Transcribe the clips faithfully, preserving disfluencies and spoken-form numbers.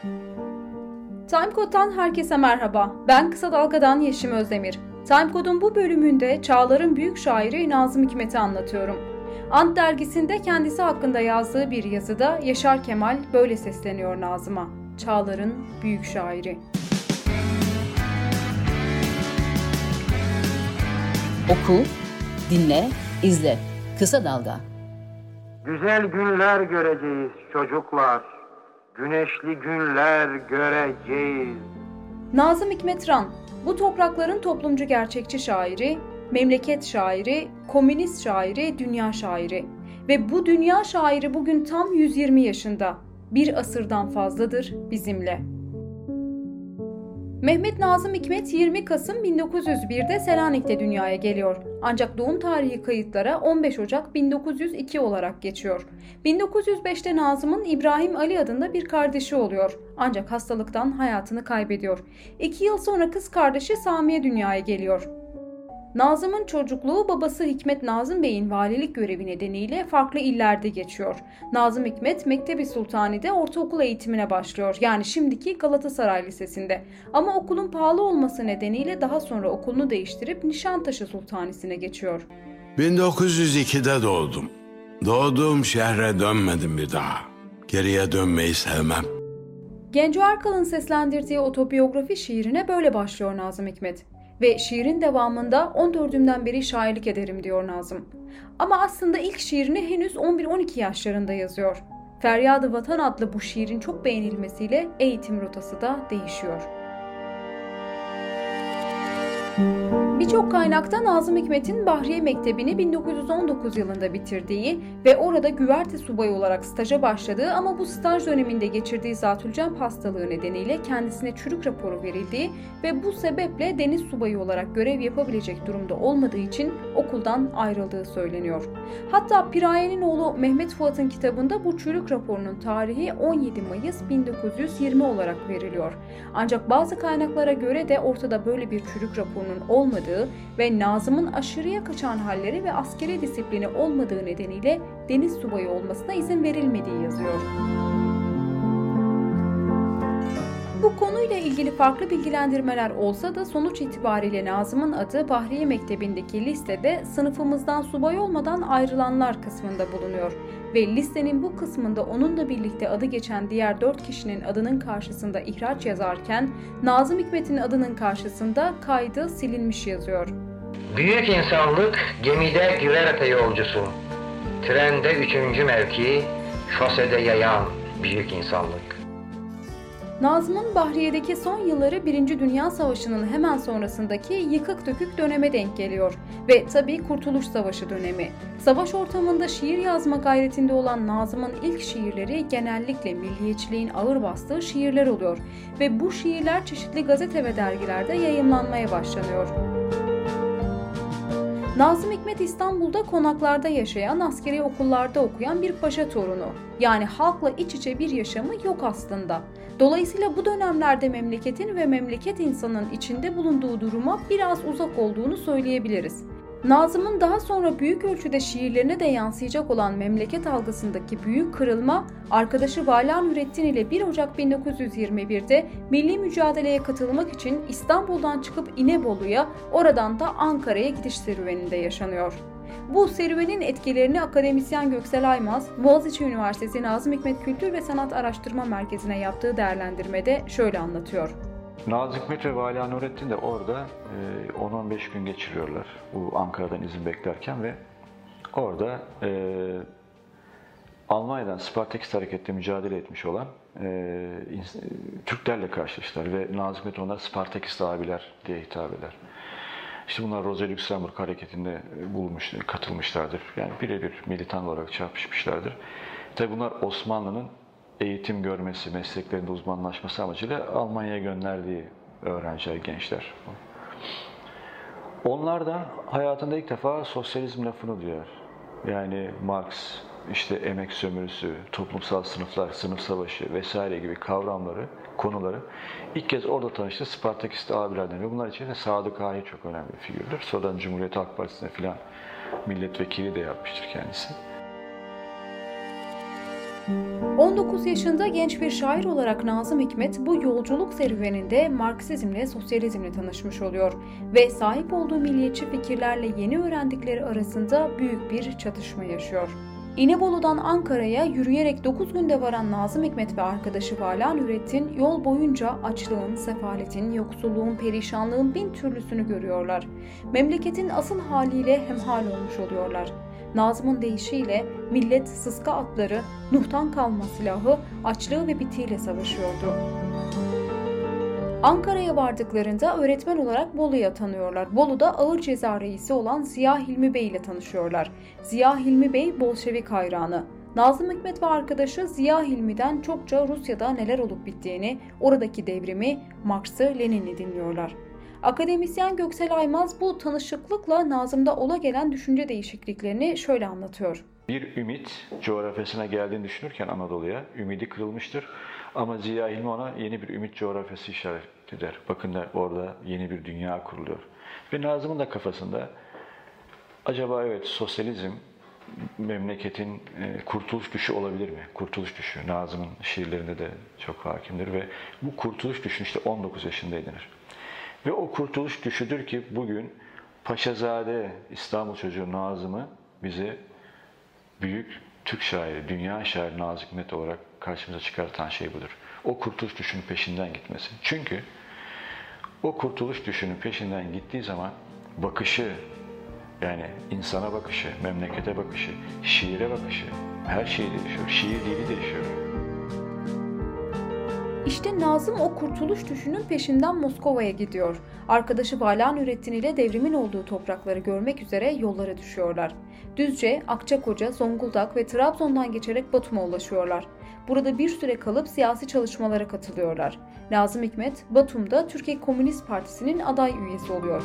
Timecode'dan herkese merhaba. Ben Kısa Dalga'dan Yeşim Özdemir. Timecode'un bu bölümünde çağların büyük şairi Nazım Hikmet'i anlatıyorum. Ant dergisinde kendisi hakkında yazdığı bir yazıda Yaşar Kemal böyle sesleniyor Nazım'a. Çağların büyük şairi. Oku, dinle, izle. Kısa Dalga. Güzel günler göreceğiz çocuklar. Güneşli günler göreceğiz. Nazım Hikmet Ran, bu toprakların toplumcu gerçekçi şairi, memleket şairi, komünist şairi, dünya şairi. Ve bu dünya şairi bugün tam yüz yirmi yaşında. Bir asırdan fazladır bizimle. Mehmet Nazım Hikmet yirmi Kasım bin dokuz yüz bir'de Selanik'te dünyaya geliyor. Ancak doğum tarihi kayıtlara on beş Ocak bin dokuz yüz iki olarak geçiyor. bin dokuz yüz beş'te Nazım'ın İbrahim Ali adında bir kardeşi oluyor. Ancak hastalıktan hayatını kaybediyor. İki yıl sonra kız kardeşi Samiye dünyaya geliyor. Nazım'ın çocukluğu babası Hikmet Nazım Bey'in valilik görevi nedeniyle farklı illerde geçiyor. Nazım Hikmet Mektebi Sultani'de ortaokul eğitimine başlıyor. Yani şimdiki Galatasaray Lisesi'nde. Ama okulun pahalı olması nedeniyle daha sonra okulunu değiştirip Nişantaşı Sultanisi'ne geçiyor. bin dokuz yüz iki'de doğdum. Doğduğum şehre dönmedim bir daha. Geriye dönmeyi sevmem. Genco Erkal'ın seslendirdiği otobiyografi şiirine böyle başlıyor Nazım Hikmet. Ve şiirin devamında on dördümden beri şairlik ederim diyor Nazım. Ama aslında ilk şiirini henüz on bir on iki yaşlarında yazıyor. Feryad-ı Vatan adlı bu şiirin çok beğenilmesiyle eğitim rotası da değişiyor. Birçok kaynakta Nazım Hikmet'in Bahriye Mektebi'ni bin dokuz yüz on dokuz yılında bitirdiği ve orada güverte subayı olarak staja başladığı ama bu staj döneminde geçirdiği zatülcemp hastalığı nedeniyle kendisine çürük raporu verildiği ve bu sebeple deniz subayı olarak görev yapabilecek durumda olmadığı için okuldan ayrıldığı söyleniyor. Hatta Piraye'nin oğlu Mehmet Fuat'ın kitabında bu çürük raporunun tarihi on yedi Mayıs bin dokuz yüz yirmi olarak veriliyor. Ancak bazı kaynaklara göre de ortada böyle bir çürük raporunun olmadığı ve Nazım'ın aşırıya kaçan halleri ve askeri disiplini olmadığı nedeniyle deniz subayı olmasına izin verilmediği yazıyor. Bu konuyla ilgili farklı bilgilendirmeler olsa da sonuç itibariyle Nazım'ın adı Bahriye Mektebi'ndeki listede sınıfımızdan subay olmadan ayrılanlar kısmında bulunuyor ve listenin bu kısmında onunla birlikte adı geçen diğer dört kişinin adının karşısında ihraç yazarken Nazım Hikmet'in adının karşısında kaydı silinmiş yazıyor. Büyük insanlık gemide güverte yolcusu. Trende üçüncü mevki, şosede yayan büyük insanlık. Nazım'ın Bahriye'deki son yılları Birinci Dünya Savaşı'nın hemen sonrasındaki yıkık dökük döneme denk geliyor ve tabii Kurtuluş Savaşı dönemi. Savaş ortamında şiir yazma gayretinde olan Nazım'ın ilk şiirleri genellikle milliyetçiliğin ağır bastığı şiirler oluyor ve bu şiirler çeşitli gazete ve dergilerde yayımlanmaya başlanıyor. Nazım Hikmet İstanbul'da konaklarda yaşayan, askeri okullarda okuyan bir paşa torunu. Yani halkla iç içe bir yaşamı yok aslında. Dolayısıyla bu dönemlerde memleketin ve memleket insanının içinde bulunduğu duruma biraz uzak olduğunu söyleyebiliriz. Nazım'ın daha sonra büyük ölçüde şiirlerine de yansıyacak olan memleket algısındaki büyük kırılma, arkadaşı Vala Nurettin ile bir Ocak bin dokuz yüz yirmi bir'de milli mücadeleye katılmak için İstanbul'dan çıkıp İnebolu'ya, oradan da Ankara'ya gidiş serüveninde yaşanıyor. Bu serüvenin etkilerini akademisyen Göksel Aymaz, Boğaziçi Üniversitesi Nazım Hikmet Kültür ve Sanat Araştırma Merkezi'ne yaptığı değerlendirmede şöyle anlatıyor. Nazım Hikmet ve Vala Nurettin de orada on on beş gün geçiriyorlar bu Ankara'dan izin beklerken ve orada e, Almanya'dan Spartakist hareketle mücadele etmiş olan e, Türklerle karşılaştılar ve Nazım Hikmet onlara Spartakist abiler diye hitap eder. İşte bunlar Rosa Luxemburg hareketinde bulmuş, katılmışlardır. Yani birebir militan olarak çarpışmışlardır. Tabi bunlar Osmanlı'nın eğitim görmesi, mesleklerinde uzmanlaşması amacıyla Almanya'ya gönderdiği öğrenciler, gençler. Onlar da hayatında ilk defa sosyalizm lafını duyar. Yani Marx, işte emek sömürüsü, toplumsal sınıflar, sınıf savaşı vesaire gibi kavramları, konuları ilk kez orada tanıştı Spartakist abilerden ve bunlar için de Sadık Ağa'yı çok önemli bir figürdür. Sonradan Cumhuriyet Halk Partisi'ne filan milletvekili de yapmıştır kendisi. on dokuz yaşında genç bir şair olarak Nazım Hikmet bu yolculuk serüveninde Marksizmle, sosyalizmle tanışmış oluyor ve sahip olduğu milliyetçi fikirlerle yeni öğrendikleri arasında büyük bir çatışma yaşıyor. İnebolu'dan Ankara'ya yürüyerek dokuz günde varan Nazım Hikmet ve arkadaşı Vala Nurettin yol boyunca açlığın, sefaletin, yoksulluğun, perişanlığın bin türlüsünü görüyorlar. Memleketin asıl haliyle hemhal olmuş oluyorlar. Nazım'ın deyişiyle millet sıska atları, Nuh'tan kalma silahı, açlığı ve bitiyle savaşıyordu. Ankara'ya vardıklarında öğretmen olarak Bolu'ya atanıyorlar. Bolu'da ağır ceza reisi olan Ziya Hilmi Bey ile tanışıyorlar. Ziya Hilmi Bey Bolşevik hayranı. Nazım Hikmet ve arkadaşı Ziya Hilmi'den çokça Rusya'da neler olup bittiğini, oradaki devrimi, Marks'ı, Lenin'i dinliyorlar. Akademisyen Göksel Aymaz bu tanışıklıkla Nazım'da ola gelen düşünce değişikliklerini şöyle anlatıyor. Bir ümit coğrafyasına geldiğini düşünürken Anadolu'ya ümidi kırılmıştır. Ama Ziya Hilmi ona yeni bir ümit coğrafyası işaret eder. Bakın da orada yeni bir dünya kuruluyor. Ve Nazım'ın da kafasında acaba evet sosyalizm memleketin e, kurtuluş düşü olabilir mi? Kurtuluş düşü. Nazım'ın şiirlerinde de çok hakimdir ve bu kurtuluş düşü işte on dokuz yaşında edinir. Ve o kurtuluş düşüdür ki bugün Paşazade İstanbul çocuğu Nazım'ı bize büyük Türk şairi, dünya şairi Nazım Hikmet olarak karşımıza çıkartan şey budur. O kurtuluş düşünün peşinden gitmesi. Çünkü o kurtuluş düşünün peşinden gittiği zaman bakışı, yani insana bakışı, memlekete bakışı, şiire bakışı, her şey değişiyor. Şiir dili değişiyor. İşte Nazım o kurtuluş düşünün peşinden Moskova'ya gidiyor. Arkadaşı Vala Nurettin ile devrimin olduğu toprakları görmek üzere yollara düşüyorlar. Düzce, Akçakoca, Zonguldak ve Trabzon'dan geçerek Batum'a ulaşıyorlar. Burada bir süre kalıp siyasi çalışmalara katılıyorlar. Nazım Hikmet, Batum'da Türkiye Komünist Partisi'nin aday üyesi oluyor.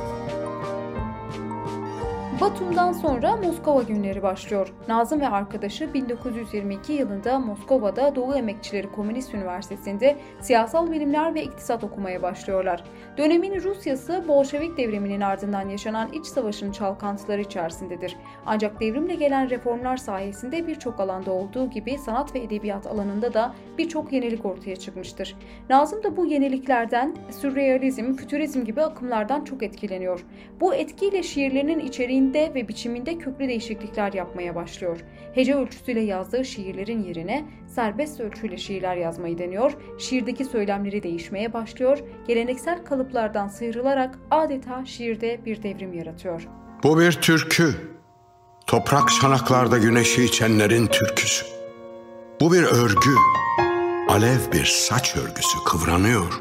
Batum'dan sonra Moskova günleri başlıyor. Nazım ve arkadaşı bin dokuz yüz yirmi iki yılında Moskova'da Doğu Emekçileri Komünist Üniversitesi'nde siyasal bilimler ve iktisat okumaya başlıyorlar. Dönemin Rusyası Bolşevik devriminin ardından yaşanan iç savaşın çalkantıları içerisindedir. Ancak devrimle gelen reformlar sayesinde birçok alanda olduğu gibi sanat ve edebiyat alanında da birçok yenilik ortaya çıkmıştır. Nazım da bu yeniliklerden, sürrealizm, fütürizm gibi akımlardan çok etkileniyor. Bu etkiyle şiirlerinin içeriğinde ve biçiminde köklü değişiklikler yapmaya başlıyor. Hece ölçüsüyle yazdığı şiirlerin yerine serbest ölçüyle şiirler yazmayı deniyor, şiirdeki söylemleri değişmeye başlıyor, geleneksel kalıplardan sıyrılarak adeta şiirde bir devrim yaratıyor. Bu bir türkü. Toprak çanaklarda güneşi içenlerin türküsü. Bu bir örgü. Alev bir saç örgüsü kıvranıyor.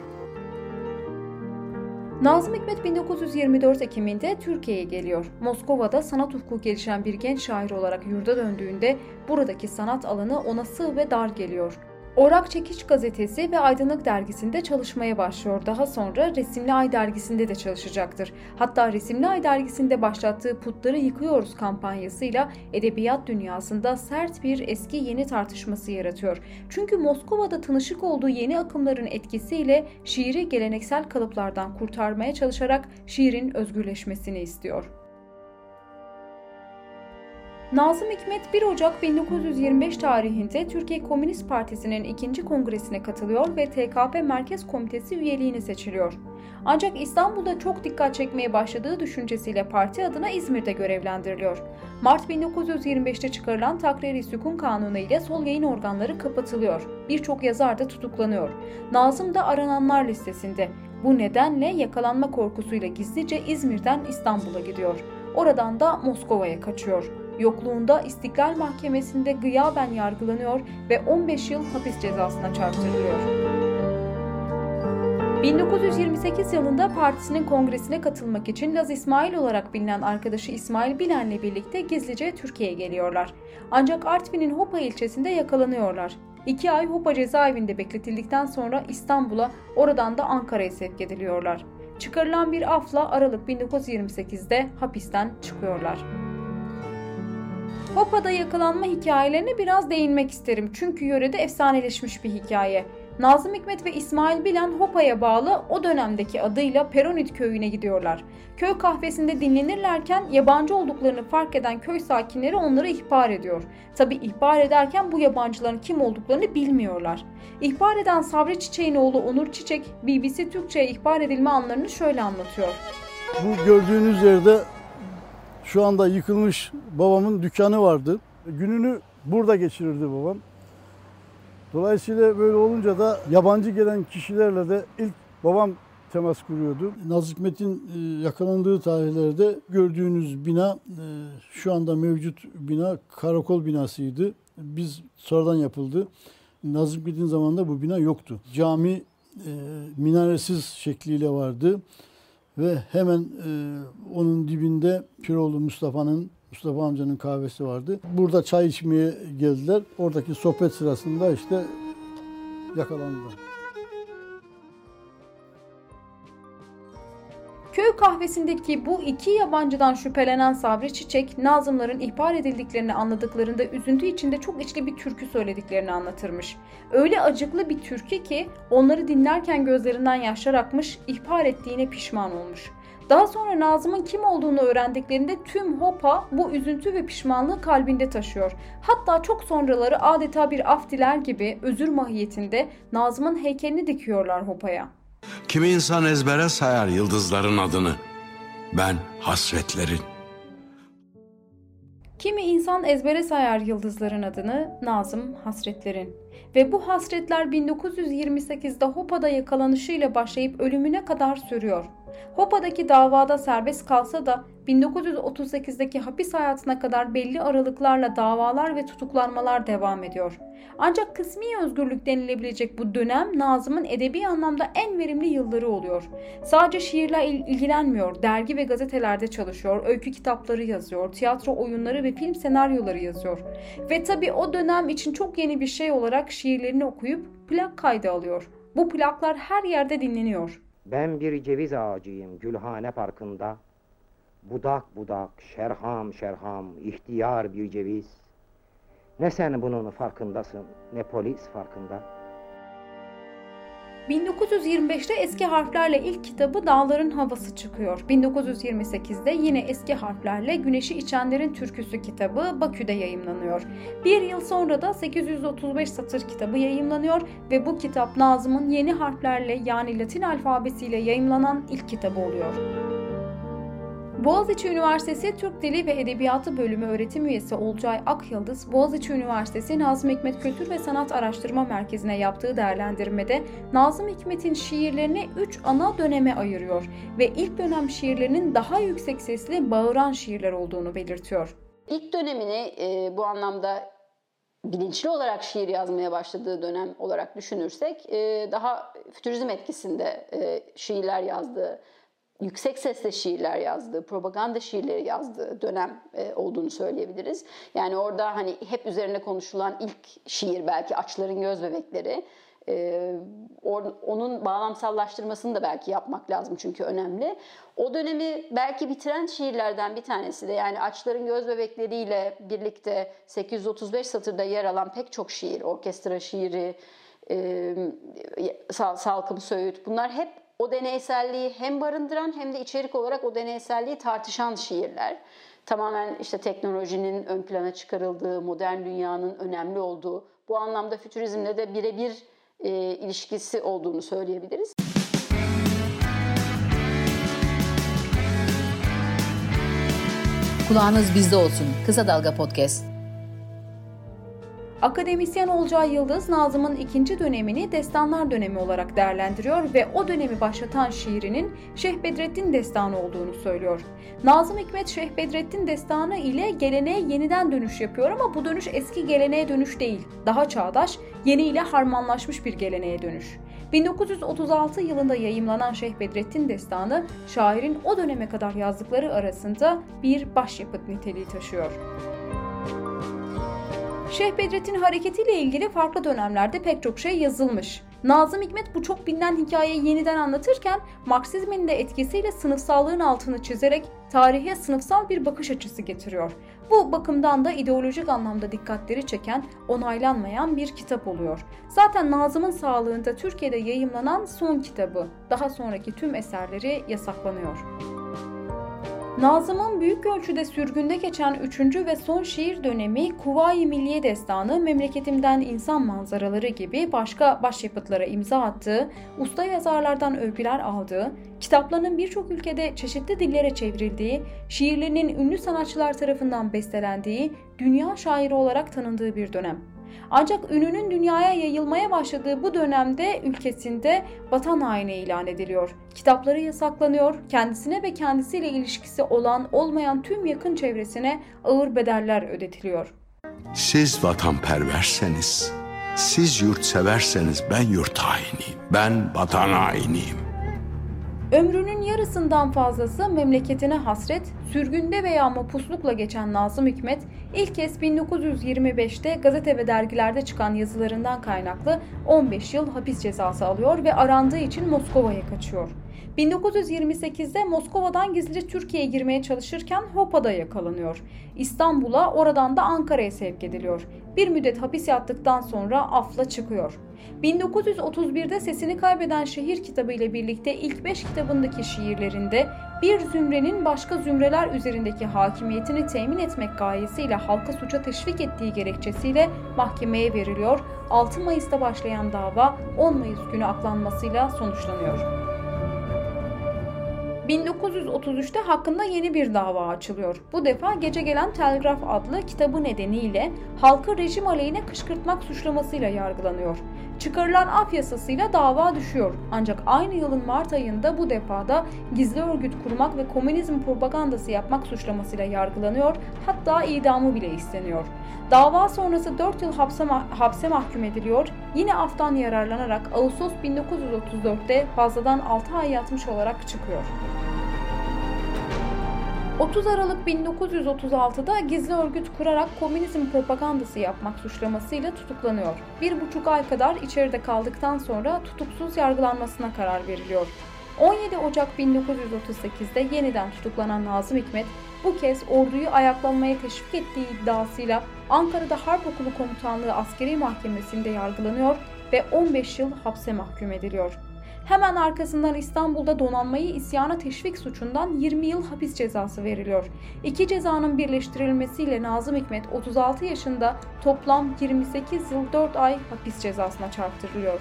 Nazım Hikmet bin dokuz yüz yirmi dört Ekim'inde Türkiye'ye geliyor. Moskova'da sanat ufku gelişen bir genç şair olarak yurda döndüğünde buradaki sanat alanı ona sığ ve dar geliyor. Orak Çekiç gazetesi ve Aydınlık dergisinde çalışmaya başlıyor. Daha sonra Resimli Ay dergisinde de çalışacaktır. Hatta Resimli Ay dergisinde başlattığı Putları Yıkıyoruz kampanyasıyla edebiyat dünyasında sert bir eski yeni tartışması yaratıyor. Çünkü Moskova'da tanışık olduğu yeni akımların etkisiyle şiiri geleneksel kalıplardan kurtarmaya çalışarak şiirin özgürleşmesini istiyor. Nazım Hikmet bir Ocak bin dokuz yüz yirmi beş tarihinde Türkiye Komünist Partisi'nin ikinci kongresine katılıyor ve T K P Merkez Komitesi üyeliğine seçiliyor. Ancak İstanbul'da çok dikkat çekmeye başladığı düşüncesiyle parti adına İzmir'de görevlendiriliyor. Mart bin dokuz yüz yirmi beşte çıkarılan Takrir-i Sükun Kanunu ile sol yayın organları kapatılıyor. Birçok yazar da tutuklanıyor. Nazım da arananlar listesinde. Bu nedenle yakalanma korkusuyla gizlice İzmir'den İstanbul'a gidiyor. Oradan da Moskova'ya kaçıyor. Yokluğunda İstiklal Mahkemesi'nde gıyaben yargılanıyor ve on beş yıl hapis cezasına çarptırılıyor. bin dokuz yüz yirmi sekiz yılında partisinin kongresine katılmak için Laz İsmail olarak bilinen arkadaşı İsmail Bilen'le birlikte gizlice Türkiye'ye geliyorlar. Ancak Artvin'in Hopa ilçesinde yakalanıyorlar. İki ay Hopa cezaevinde bekletildikten sonra İstanbul'a, oradan da Ankara'ya sevk ediliyorlar. Çıkarılan bir afla Aralık bin dokuz yüz yirmi sekizde hapisten çıkıyorlar. Hopa'da yakalanma hikayelerine biraz değinmek isterim çünkü yörede efsaneleşmiş bir hikaye. Nazım Hikmet ve İsmail Bilen Hopa'ya bağlı o dönemdeki adıyla Peronit köyüne gidiyorlar. Köy kahvesinde dinlenirlerken yabancı olduklarını fark eden köy sakinleri onları ihbar ediyor. Tabi ihbar ederken bu yabancıların kim olduklarını bilmiyorlar. İhbar eden Sabri Çiçek'in oğlu Onur Çiçek, B B C Türkçe'ye ihbar edilme anlarını şöyle anlatıyor. Bu gördüğünüz yerde şu anda yıkılmış babamın dükkanı vardı. Gününü burada geçirirdi babam. Dolayısıyla böyle olunca da yabancı gelen kişilerle de ilk babam temas kuruyordu. Nazım Hikmet'in yakalandığı tarihlerde gördüğünüz bina şu anda mevcut bina karakol binasıydı. Biz sonradan yapıldı. Nazım Hikmet'in zamanında bu bina yoktu. Cami minaresiz şekliyle vardı ve hemen onun dibinde Köroğlu Mustafa'nın Mustafa amcanın kahvesi vardı. Burada çay içmeye geldiler. Oradaki sohbet sırasında işte yakalandılar. Köy kahvesindeki bu iki yabancıdan şüphelenen Sabri Çiçek, Nazımların ihbar edildiklerini anladıklarında üzüntü içinde çok içli bir türkü söylediklerini anlatırmış. Öyle acıklı bir türkü ki onları dinlerken gözlerinden yaşlar akmış, ihbar ettiğine pişman olmuş. Daha sonra Nazım'ın kim olduğunu öğrendiklerinde tüm Hopa bu üzüntü ve pişmanlığı kalbinde taşıyor. Hatta çok sonraları adeta bir af diler gibi özür mahiyetinde Nazım'ın heykelini dikiyorlar Hopa'ya. Kimi insan ezbere sayar yıldızların adını, ben hasretlerin. Kimi insan ezbere sayar yıldızların adını, Nazım hasretlerin. Ve bu hasretler bin dokuz yüz yirmi sekizde Hopa'da yakalanışıyla başlayıp ölümüne kadar sürüyor. Hopa'daki davada serbest kalsa da bin dokuz yüz otuz sekizdeki hapis hayatına kadar belli aralıklarla davalar ve tutuklanmalar devam ediyor. Ancak kısmi özgürlük denilebilecek bu dönem Nazım'ın edebi anlamda en verimli yılları oluyor. Sadece şiirle ilgilenmiyor, dergi ve gazetelerde çalışıyor, öykü kitapları yazıyor, tiyatro oyunları ve film senaryoları yazıyor. Ve tabii o dönem için çok yeni bir şey olarak şiirlerini okuyup plak kaydı alıyor. Bu plaklar her yerde dinleniyor. Ben bir ceviz ağacıyım Gülhane Parkı'nda. Budak budak, şerham şerham, ihtiyar bir ceviz. Ne sen bunun farkındasın, ne polis farkında. bin dokuz yüz yirmi beşte Eski Harflerle ilk kitabı Dağların Havası çıkıyor. bin dokuz yüz yirmi sekizde yine eski harflerle Güneşi İçenlerin Türküsü kitabı Bakü'de yayımlanıyor. Bir yıl sonra da sekiz yüz otuz beş satır kitabı yayımlanıyor ve bu kitap Nazım'ın yeni harflerle yani Latin alfabesiyle yayımlanan ilk kitabı oluyor. Boğaziçi Üniversitesi Türk Dili ve Edebiyatı Bölümü öğretim üyesi Olcay Akyıldız, Boğaziçi Üniversitesi Nazım Hikmet Kültür ve Sanat Araştırma Merkezi'ne yaptığı değerlendirmede Nazım Hikmet'in şiirlerini üç ana döneme ayırıyor ve ilk dönem şiirlerinin daha yüksek sesli, bağıran şiirler olduğunu belirtiyor. İlk dönemini e, bu anlamda bilinçli olarak şiir yazmaya başladığı dönem olarak düşünürsek e, daha fütürizm etkisinde e, şiirler yazdığı, yüksek sesle şiirler yazdığı, propaganda şiirleri yazdığı dönem e, olduğunu söyleyebiliriz. Yani orada hani hep üzerine konuşulan ilk şiir belki Açların Göz Bebekleri. E, or, onun bağlamsallaştırmasını da belki yapmak lazım çünkü önemli. O dönemi belki bitiren şiirlerden bir tanesi de yani Açların Göz Bebekleri ile birlikte sekiz yüz otuz beş satırda yer alan pek çok şiir, orkestra şiiri, e, Sal, Salkım Söğüt bunlar hep o deneyselliği hem barındıran hem de içerik olarak o deneyselliği tartışan şiirler. Tamamen işte teknolojinin ön plana çıkarıldığı, modern dünyanın önemli olduğu, bu anlamda fütürizmle de birebir e, ilişkisi olduğunu söyleyebiliriz. Kulağınız bizde olsun. Kısa Dalga Podcast. Akademisyen Olcay Yıldız, Nazım'ın ikinci dönemini destanlar dönemi olarak değerlendiriyor ve o dönemi başlatan şiirinin Şeyh Bedrettin Destanı olduğunu söylüyor. Nazım Hikmet Şeyh Bedrettin Destanı ile geleneğe yeniden dönüş yapıyor ama bu dönüş eski geleneğe dönüş değil, daha çağdaş, yeniyle harmanlaşmış bir geleneğe dönüş. bin dokuz yüz otuz altı yılında yayımlanan Şeyh Bedrettin Destanı, şairin o döneme kadar yazdıkları arasında bir başyapıt niteliği taşıyor. Şeyh Bedrettin hareketiyle ilgili farklı dönemlerde pek çok şey yazılmış. Nazım Hikmet bu çok bilinen hikayeyi yeniden anlatırken Marksizmin de etkisiyle sınıfsallığın altını çizerek tarihe sınıfsal bir bakış açısı getiriyor. Bu bakımdan da ideolojik anlamda dikkatleri çeken, onaylanmayan bir kitap oluyor. Zaten Nazım'ın Sağlığında Türkiye'de yayımlanan son kitabı, daha sonraki tüm eserleri yasaklanıyor. Nazım'ın büyük ölçüde sürgünde geçen üçüncü ve son şiir dönemi Kuvayi Milliye Destanı, Memleketimden İnsan Manzaraları gibi başka başyapıtlara imza attığı, usta yazarlardan övgüler aldığı, kitaplarının birçok ülkede çeşitli dillere çevrildiği, şiirlerinin ünlü sanatçılar tarafından bestelendiği, dünya şairi olarak tanındığı bir dönem. Ancak ününün dünyaya yayılmaya başladığı bu dönemde ülkesinde vatan haini ilan ediliyor. Kitapları yasaklanıyor, kendisine ve kendisiyle ilişkisi olan olmayan tüm yakın çevresine ağır bedeller ödetiliyor. Siz vatanperverseniz, siz yurtseverseniz ben yurt hainiyim, ben vatan hainiyim. Ömrünün yarısından fazlası memleketine hasret, sürgünde veya mapuslukla geçen Nazım Hikmet, ilk kez bin dokuz yüz yirmi beşte gazete ve dergilerde çıkan yazılarından kaynaklı on beş yıl hapis cezası alıyor ve arandığı için Moskova'ya kaçıyor. bin dokuz yüz yirmi sekizde Moskova'dan gizlice Türkiye'ye girmeye çalışırken Hopa'da yakalanıyor. İstanbul'a, oradan da Ankara'ya sevk ediliyor. Bir müddet hapis yattıktan sonra afla çıkıyor. bin dokuz yüz otuz birde Sesini Kaybeden Şehir kitabı ile birlikte ilk beş kitabındaki şiirlerinde bir zümrenin başka zümreler üzerindeki hakimiyetini temin etmek gayesiyle halka suça teşvik ettiği gerekçesiyle mahkemeye veriliyor. altı Mayıs'ta başlayan dava on Mayıs günü aklanmasıyla sonuçlanıyor. bin dokuz yüz otuz üçte hakkında yeni bir dava açılıyor. Bu defa Gece Gelen Telgraf adlı kitabı nedeniyle halkı rejim aleyhine kışkırtmak suçlamasıyla yargılanıyor. Çıkarılan af yasasıyla dava düşüyor. Ancak aynı yılın Mart ayında bu defada gizli örgüt kurmak ve komünizm propagandası yapmak suçlamasıyla yargılanıyor. Hatta idamı bile isteniyor. Dava sonrası dört yıl hapse, hapse mahkum ediliyor. Yine aftan yararlanarak Ağustos bin dokuz yüz otuz dörtte fazladan altı ay yatmış olarak çıkıyor. otuz Aralık bin dokuz yüz otuz altıda gizli örgüt kurarak komünizm propagandası yapmak suçlamasıyla tutuklanıyor. Bir buçuk ay kadar içeride kaldıktan sonra tutuksuz yargılanmasına karar veriliyor. on yedi Ocak bin dokuz yüz otuz sekizde yeniden tutuklanan Nazım Hikmet, bu kez orduyu ayaklanmaya teşvik ettiği iddiasıyla Ankara'da Harp Okulu Komutanlığı Askeri Mahkemesi'nde yargılanıyor ve on beş yıl hapse mahkum ediliyor. Hemen arkasından İstanbul'da donanmayı isyana teşvik suçundan yirmi yıl hapis cezası veriliyor. İki cezanın birleştirilmesiyle Nazım Hikmet otuz altı yaşında toplam yirmi sekiz yıl dört ay hapis cezasına çarptırılıyor.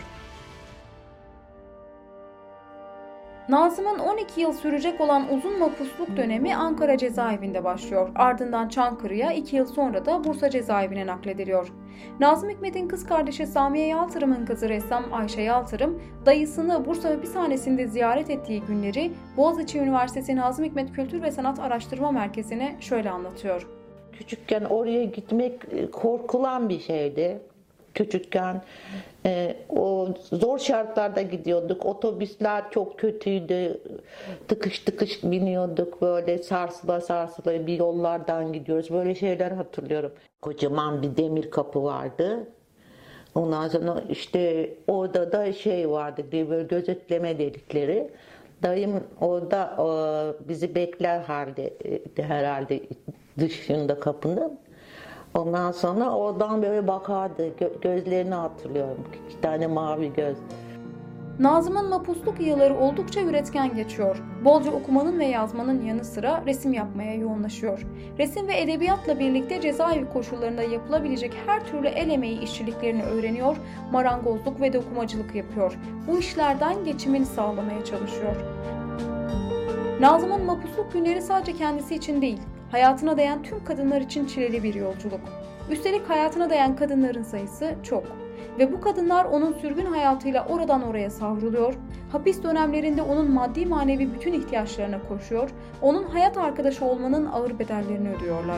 Nazım'ın on iki yıl sürecek olan uzun mapusluk dönemi Ankara cezaevinde başlıyor. Ardından Çankırı'ya, iki yıl sonra da Bursa cezaevine naklediliyor. Nazım Hikmet'in kız kardeşi Samiye Yaltırım'ın kızı ressam Ayşe Yaltırım, dayısını Bursa hapishanesinde ziyaret ettiği günleri Boğaziçi Üniversitesi Nazım Hikmet Kültür ve Sanat Araştırma Merkezi'ne şöyle anlatıyor. Küçükken oraya gitmek korkulan bir şeydi. Küçükken e, o zor şartlarda gidiyorduk. Otobüsler çok kötüydü. Tıkış tıkış biniyorduk. Böyle sarsıla sarsıla bir yollardan gidiyoruz. Böyle şeyler hatırlıyorum. Kocaman bir demir kapı vardı. Ondan sonra işte orada da şey vardı diye böyle gözetleme delikleri. Dayım orada o, bizi bekler halde herhalde dışında kapının. Ondan sonra oradan böyle bakardı. Gö- gözlerini hatırlıyorum. İki tane mavi göz. Nazım'ın mapusluk yılları oldukça üretken geçiyor. Bolca okumanın ve yazmanın yanı sıra resim yapmaya yoğunlaşıyor. Resim ve edebiyatla birlikte cezaevi koşullarında yapılabilecek her türlü el emeği işçiliklerini öğreniyor, marangozluk ve dokumacılık yapıyor. Bu işlerden geçimini sağlamaya çalışıyor. Nazım'ın mapusluk günleri sadece kendisi için değil, hayatına değen tüm kadınlar için çileli bir yolculuk. Üstelik hayatına değen kadınların sayısı çok. Ve bu kadınlar onun sürgün hayatıyla oradan oraya savruluyor, hapis dönemlerinde onun maddi manevi bütün ihtiyaçlarına koşuyor, onun hayat arkadaşı olmanın ağır bedellerini ödüyorlar.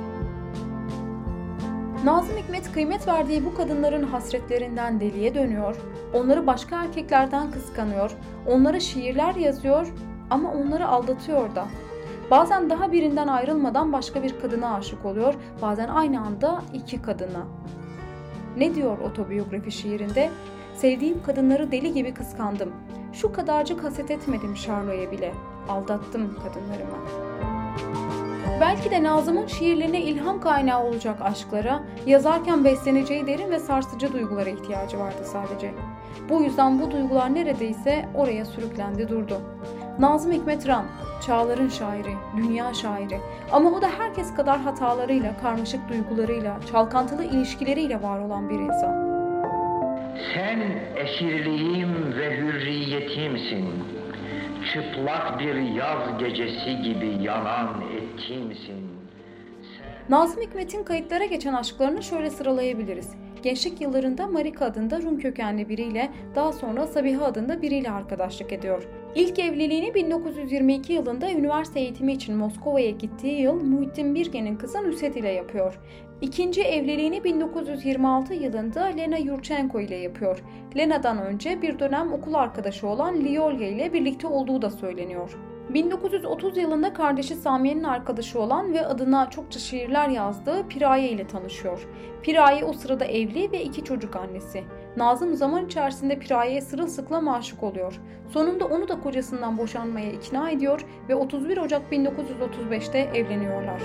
Nazım Hikmet kıymet verdiği bu kadınların hasretlerinden deliye dönüyor, onları başka erkeklerden kıskanıyor, onlara şiirler yazıyor ama onları aldatıyor da. Bazen daha birinden ayrılmadan başka bir kadına aşık oluyor, bazen aynı anda iki kadına. Ne diyor otobiyografi şiirinde? Sevdiğim kadınları deli gibi kıskandım. Şu kadarcık haset etmedim Şarlo'ya bile. Aldattım kadınlarımı. Belki de Nazım'ın şiirlerine ilham kaynağı olacak aşklara, yazarken besleneceği derin ve sarsıcı duygulara ihtiyacı vardı sadece. Bu yüzden bu duygular neredeyse oraya sürüklendi durdu. Nazım Hikmet Ran, çağların şairi, dünya şairi ama o da herkes kadar hatalarıyla, karmaşık duygularıyla, çalkantılı ilişkileriyle var olan bir insan. Sen esirliğim ve hürriyetimsin. Çıplak bir yaz gecesi gibi yanan ettimsin. Nazım Hikmet'in kayıtlara geçen aşklarını şöyle sıralayabiliriz. Gençlik yıllarında Marika adında Rum kökenli biriyle, daha sonra Sabiha adında biriyle arkadaşlık ediyor. İlk evliliğini bin dokuz yüz yirmi iki yılında üniversite eğitimi için Moskova'ya gittiği yıl Muhittin Birgen'in kızı Nusret ile yapıyor. İkinci evliliğini bin dokuz yüz yirmi altı yılında Lena Yurchenko ile yapıyor. Lena'dan önce bir dönem okul arkadaşı olan Lyolya ile birlikte olduğu da söyleniyor. bin dokuz yüz otuz yılında kardeşi Samiye'nin arkadaşı olan ve adına çokça şiirler yazdığı Piraye ile tanışıyor. Piraye o sırada evli ve iki çocuk annesi. Nazım zaman içerisinde Piraye'ye sırılsıklam aşık oluyor. Sonunda onu da kocasından boşanmaya ikna ediyor ve otuz bir Ocak bin dokuz yüz otuz beşte evleniyorlar.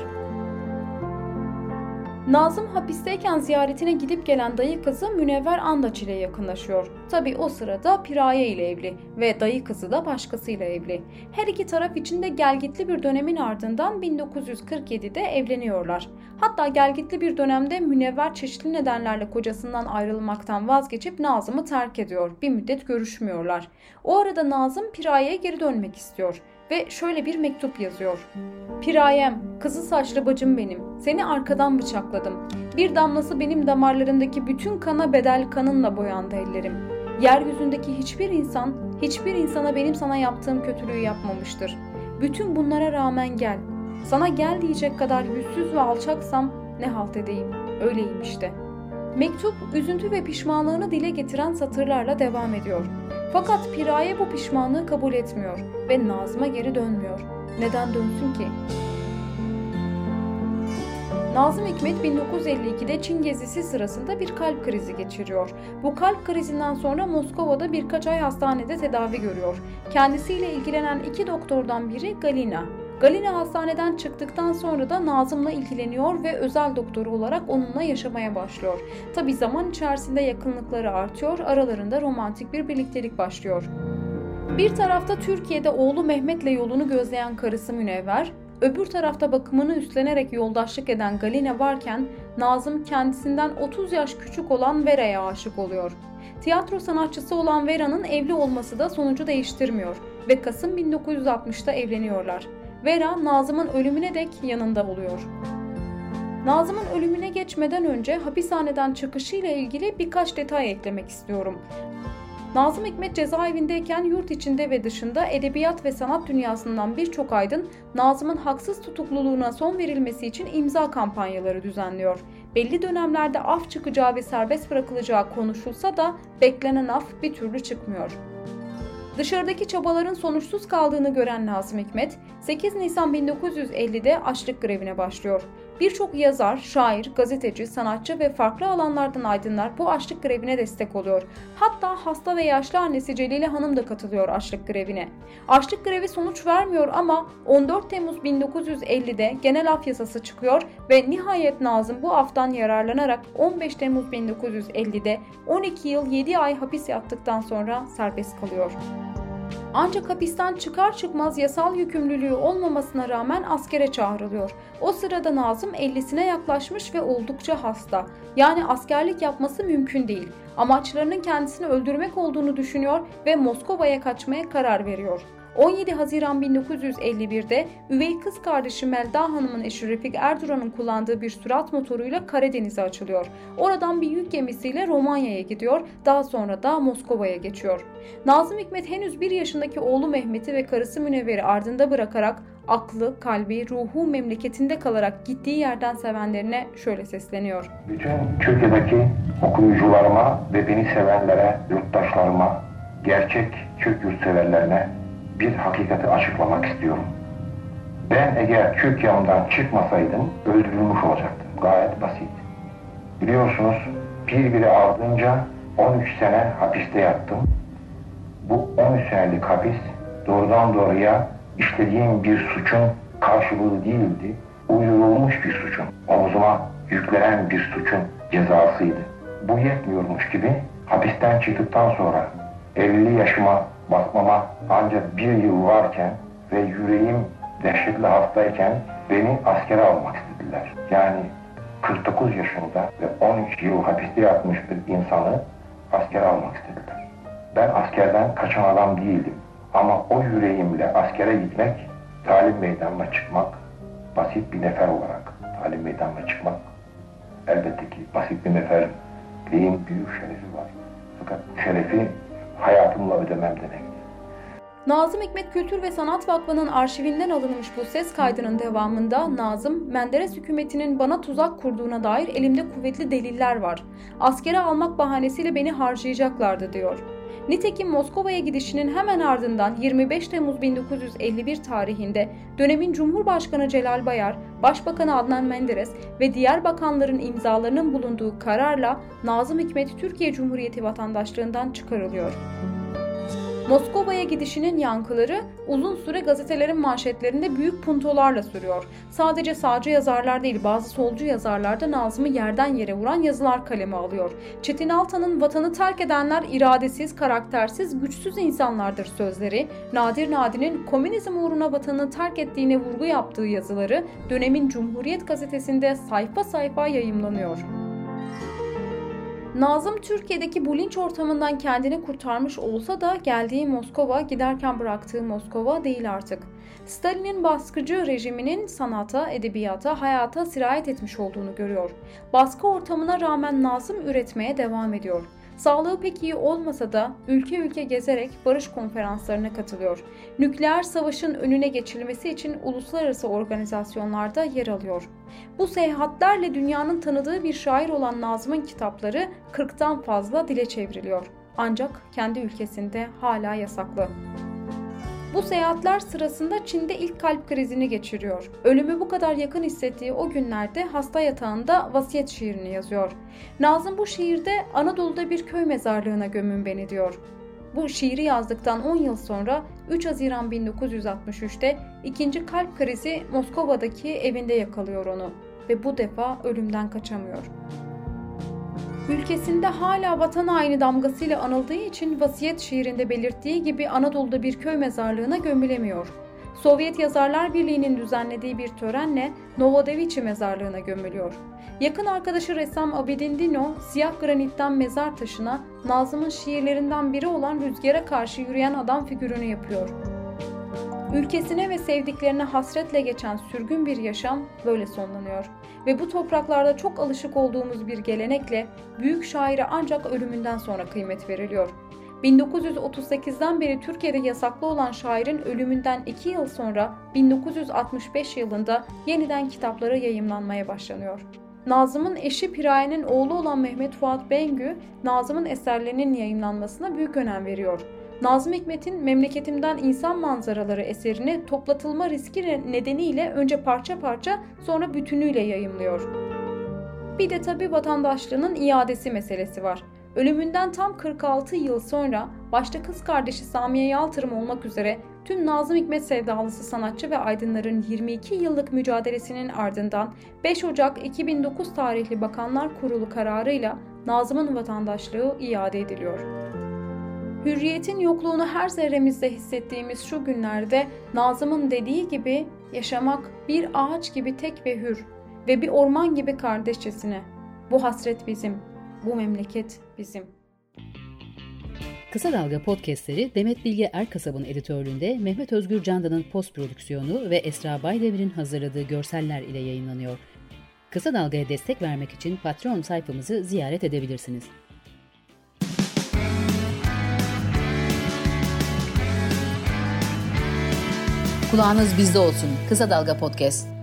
Nazım hapisteyken ziyaretine gidip gelen dayı kızı Münevver Andaç ile yakınlaşıyor. Tabi o sırada Piraye ile evli ve dayı kızı da başkasıyla evli. Her iki taraf için de gelgitli bir dönemin ardından bin dokuz yüz kırk yedide evleniyorlar. Hatta gelgitli bir dönemde Münevver çeşitli nedenlerle kocasından ayrılmaktan vazgeçip Nazım'ı terk ediyor. Bir müddet görüşmüyorlar. O arada Nazım Piraye'ye geri dönmek istiyor ve şöyle bir mektup yazıyor. Pirayem, kızıl saçlı bacım benim. Seni arkadan bıçakladım. Bir damlası benim damarlarımdaki bütün kana bedel kanınla boyandı ellerim. Yeryüzündeki hiçbir insan, hiçbir insana benim sana yaptığım kötülüğü yapmamıştır. Bütün bunlara rağmen gel. Sana gel diyecek kadar yüzsüz ve alçaksam ne halt edeyim? Öyleyim işte. Mektup, üzüntü ve pişmanlığını dile getiren satırlarla devam ediyor. Fakat Piraye bu pişmanlığı kabul etmiyor ve Nazım'a geri dönmüyor. Neden dönsün ki? Nazım Hikmet bin dokuz yüz elli ikide Çin gezisi sırasında bir kalp krizi geçiriyor. Bu kalp krizinden sonra Moskova'da birkaç ay hastanede tedavi görüyor. Kendisiyle ilgilenen iki doktordan biri Galina. Galina hastaneden çıktıktan sonra da Nazım'la ilgileniyor ve özel doktoru olarak onunla yaşamaya başlıyor. Tabi zaman içerisinde yakınlıkları artıyor, aralarında romantik bir birliktelik başlıyor. Bir tarafta Türkiye'de oğlu Mehmet'le yolunu gözleyen karısı Münevver, öbür tarafta bakımını üstlenerek yoldaşlık eden Galina varken Nazım kendisinden otuz yaş küçük olan Vera'ya aşık oluyor. Tiyatro sanatçısı olan Vera'nın evli olması da sonucu değiştirmiyor ve Kasım bin dokuz yüz altmışta evleniyorlar. Vera, Nazım'ın ölümüne dek yanında oluyor. Nazım'ın ölümüne geçmeden önce hapishaneden çıkışıyla ilgili birkaç detay eklemek istiyorum. Nazım Hikmet cezaevindeyken yurt içinde ve dışında edebiyat ve sanat dünyasından birçok aydın Nazım'ın haksız tutukluluğuna son verilmesi için imza kampanyaları düzenliyor. Belli dönemlerde af çıkacağı ve serbest bırakılacağı konuşulsa da beklenen af bir türlü çıkmıyor. Dışarıdaki çabaların sonuçsuz kaldığını gören Nazım Hikmet, sekiz Nisan bin dokuz yüz ellide açlık grevine başlıyor. Birçok yazar, şair, gazeteci, sanatçı ve farklı alanlardan aydınlar bu açlık grevine destek oluyor. Hatta hasta ve yaşlı annesi Celile Hanım da katılıyor açlık grevine. Açlık grevi sonuç vermiyor ama on dört Temmuz bin dokuz yüz ellide genel af yasası çıkıyor ve nihayet Nazım bu aftan yararlanarak on beş Temmuz bin dokuz yüz ellide on iki yıl yedi ay hapis yattıktan sonra serbest kalıyor. Ancak hapisten çıkar çıkmaz yasal yükümlülüğü olmamasına rağmen askere çağrılıyor. O sırada Nazım ellisine yaklaşmış ve oldukça hasta. Yani askerlik yapması mümkün değil. Amaçlarının kendisini öldürmek olduğunu düşünüyor ve Moskova'ya kaçmaya karar veriyor. on yedi Haziran bin dokuz yüz elli birde üvey kız kardeşi Melda Hanım'ın eşi Refik Erduran'ın kullandığı bir sürat motoruyla Karadeniz'e açılıyor. Oradan bir yük gemisiyle Romanya'ya gidiyor, daha sonra da Moskova'ya geçiyor. Nazım Hikmet henüz bir yaşındaki oğlu Mehmet'i ve karısı Münevver'i ardında bırakarak aklı, kalbi, ruhu memleketinde kalarak gittiği yerden sevenlerine şöyle sesleniyor. Bütün Türkiye'deki okuyucularıma ve beni sevenlere, yurttaşlarıma, gerçek Türk yurtseverlerine bir hakikati açıklamak istiyorum. Ben eğer Türkiye'mden çıkmasaydım öldürülmüş olacaktım. Gayet basit. Biliyorsunuz birbiri ardınca on üç sene hapiste yattım. Bu on üç senelik hapis doğrudan doğruya işlediğim bir suçun karşılığı değildi. Uydurulmuş bir suçun, omzuma yüklenen bir suçun cezasıydı. Bu yetmiyormuş gibi hapisten çıktıktan sonra elli yaşıma basmama ancak bir yıl varken ve yüreğim dehşetli hastayken beni askere almak istediler. Yani kırk dokuz yaşında ve on üç yıl hapiste yatmış bir insanı askere almak istediler. Ben askerden kaçan adam değildim. Ama o yüreğimle askere gitmek, talim meydanına çıkmak, basit bir nefer olarak talim meydanına çıkmak, elbette ki basit bir neferim. Beyin büyük şerefi var. Fakat bu şerefi hayatımla ödemem demek. Nazım Hikmet Kültür ve Sanat Vakfı'nın arşivinden alınmış bu ses kaydının devamında Nazım, Menderes hükümetinin bana tuzak kurduğuna dair elimde kuvvetli deliller var. Askere almak bahanesiyle beni harcayacaklardı diyor. Nitekim Moskova'ya gidişinin hemen ardından yirmi beş Temmuz bin dokuz yüz elli bir tarihinde dönemin Cumhurbaşkanı Celal Bayar, Başbakanı Adnan Menderes ve diğer bakanların imzalarının bulunduğu kararla Nazım Hikmet Türkiye Cumhuriyeti vatandaşlığından çıkarılıyor. Moskova'ya gidişinin yankıları uzun süre gazetelerin manşetlerinde büyük puntolarla sürüyor. Sadece sağcı yazarlar değil, bazı solcu yazarlar da Nazım'ı yerden yere vuran yazılar kaleme alıyor. Çetin Altan'ın "Vatanı terk edenler iradesiz, karaktersiz, güçsüz insanlardır" sözleri, Nadir Nadi'nin komünizm uğruna vatanı terk ettiğine vurgu yaptığı yazıları dönemin Cumhuriyet gazetesinde sayfa sayfa yayımlanıyor. Nazım Türkiye'deki bu linç ortamından kendini kurtarmış olsa da geldiği Moskova, giderken bıraktığı Moskova değil artık. Stalin'in baskıcı rejiminin sanata, edebiyata, hayata sirayet etmiş olduğunu görüyor. Baskı ortamına rağmen Nazım üretmeye devam ediyor. Sağlığı pek iyi olmasa da ülke ülke gezerek barış konferanslarına katılıyor. Nükleer savaşın önüne geçilmesi için uluslararası organizasyonlarda yer alıyor. Bu seyahatlerle dünyanın tanıdığı bir şair olan Nazım'ın kitapları kırktan fazla dile çevriliyor. Ancak kendi ülkesinde hala yasaklı. Bu seyahatler sırasında Çin'de ilk kalp krizini geçiriyor. Ölümü bu kadar yakın hissettiği o günlerde hasta yatağında vasiyet şiirini yazıyor. Nazım bu şiirde "Anadolu'da bir köy mezarlığına gömün beni" diyor. Bu şiiri yazdıktan on yıl sonra üç Haziran bin dokuz yüz altmış üçte ikinci kalp krizi Moskova'daki evinde yakalıyor onu ve bu defa ölümden kaçamıyor. Ülkesinde hala vatan haini damgasıyla anıldığı için vasiyet şiirinde belirttiği gibi Anadolu'da bir köy mezarlığına gömülemiyor. Sovyet Yazarlar Birliği'nin düzenlediği bir törenle Novodeviçi mezarlığına gömülüyor. Yakın arkadaşı ressam Abidin Dino, siyah granitten mezar taşına Nazım'ın şiirlerinden biri olan Rüzgara Karşı Yürüyen Adam figürünü yapıyor. Ülkesine ve sevdiklerine hasretle geçen sürgün bir yaşam böyle sonlanıyor. Ve bu topraklarda çok alışık olduğumuz bir gelenekle büyük şaire ancak ölümünden sonra kıymet veriliyor. bin dokuz yüz otuz sekizden beri Türkiye'de yasaklı olan şairin ölümünden iki yıl sonra bin dokuz yüz altmış beş yılında yeniden kitapları yayımlanmaya başlanıyor. Nazım'ın eşi Piraye'nin oğlu olan Mehmet Fuat Bengü, Nazım'ın eserlerinin yayımlanmasına büyük önem veriyor. Nazım Hikmet'in Memleketimden İnsan Manzaraları eserini toplatılma riski nedeniyle önce parça parça sonra bütünüyle yayımlıyor. Bir de tabii vatandaşlığının iadesi meselesi var. Ölümünden tam kırk altı yıl sonra başta kız kardeşi Samiye Yaltırım olmak üzere tüm Nazım Hikmet sevdalısı sanatçı ve aydınların yirmi iki yıllık mücadelesinin ardından beş Ocak iki bin dokuz tarihli Bakanlar Kurulu kararıyla Nazım'ın vatandaşlığı iade ediliyor. Hürriyetin yokluğunu her zerremizde hissettiğimiz şu günlerde Nazım'ın dediği gibi yaşamak bir ağaç gibi tek ve hür ve bir orman gibi kardeşçesine. Bu hasret bizim, bu memleket bizim. Kısa Dalga podcastleri Demet Bilge Erkasab'ın editörlüğünde Mehmet Özgür Candan'ın post prodüksiyonu ve Esra Baydemir'in hazırladığı görseller ile yayınlanıyor. Kısa Dalga'ya destek vermek için Patreon sayfamızı ziyaret edebilirsiniz. Kulağınız bizde olsun. Kısa Dalga Podcast.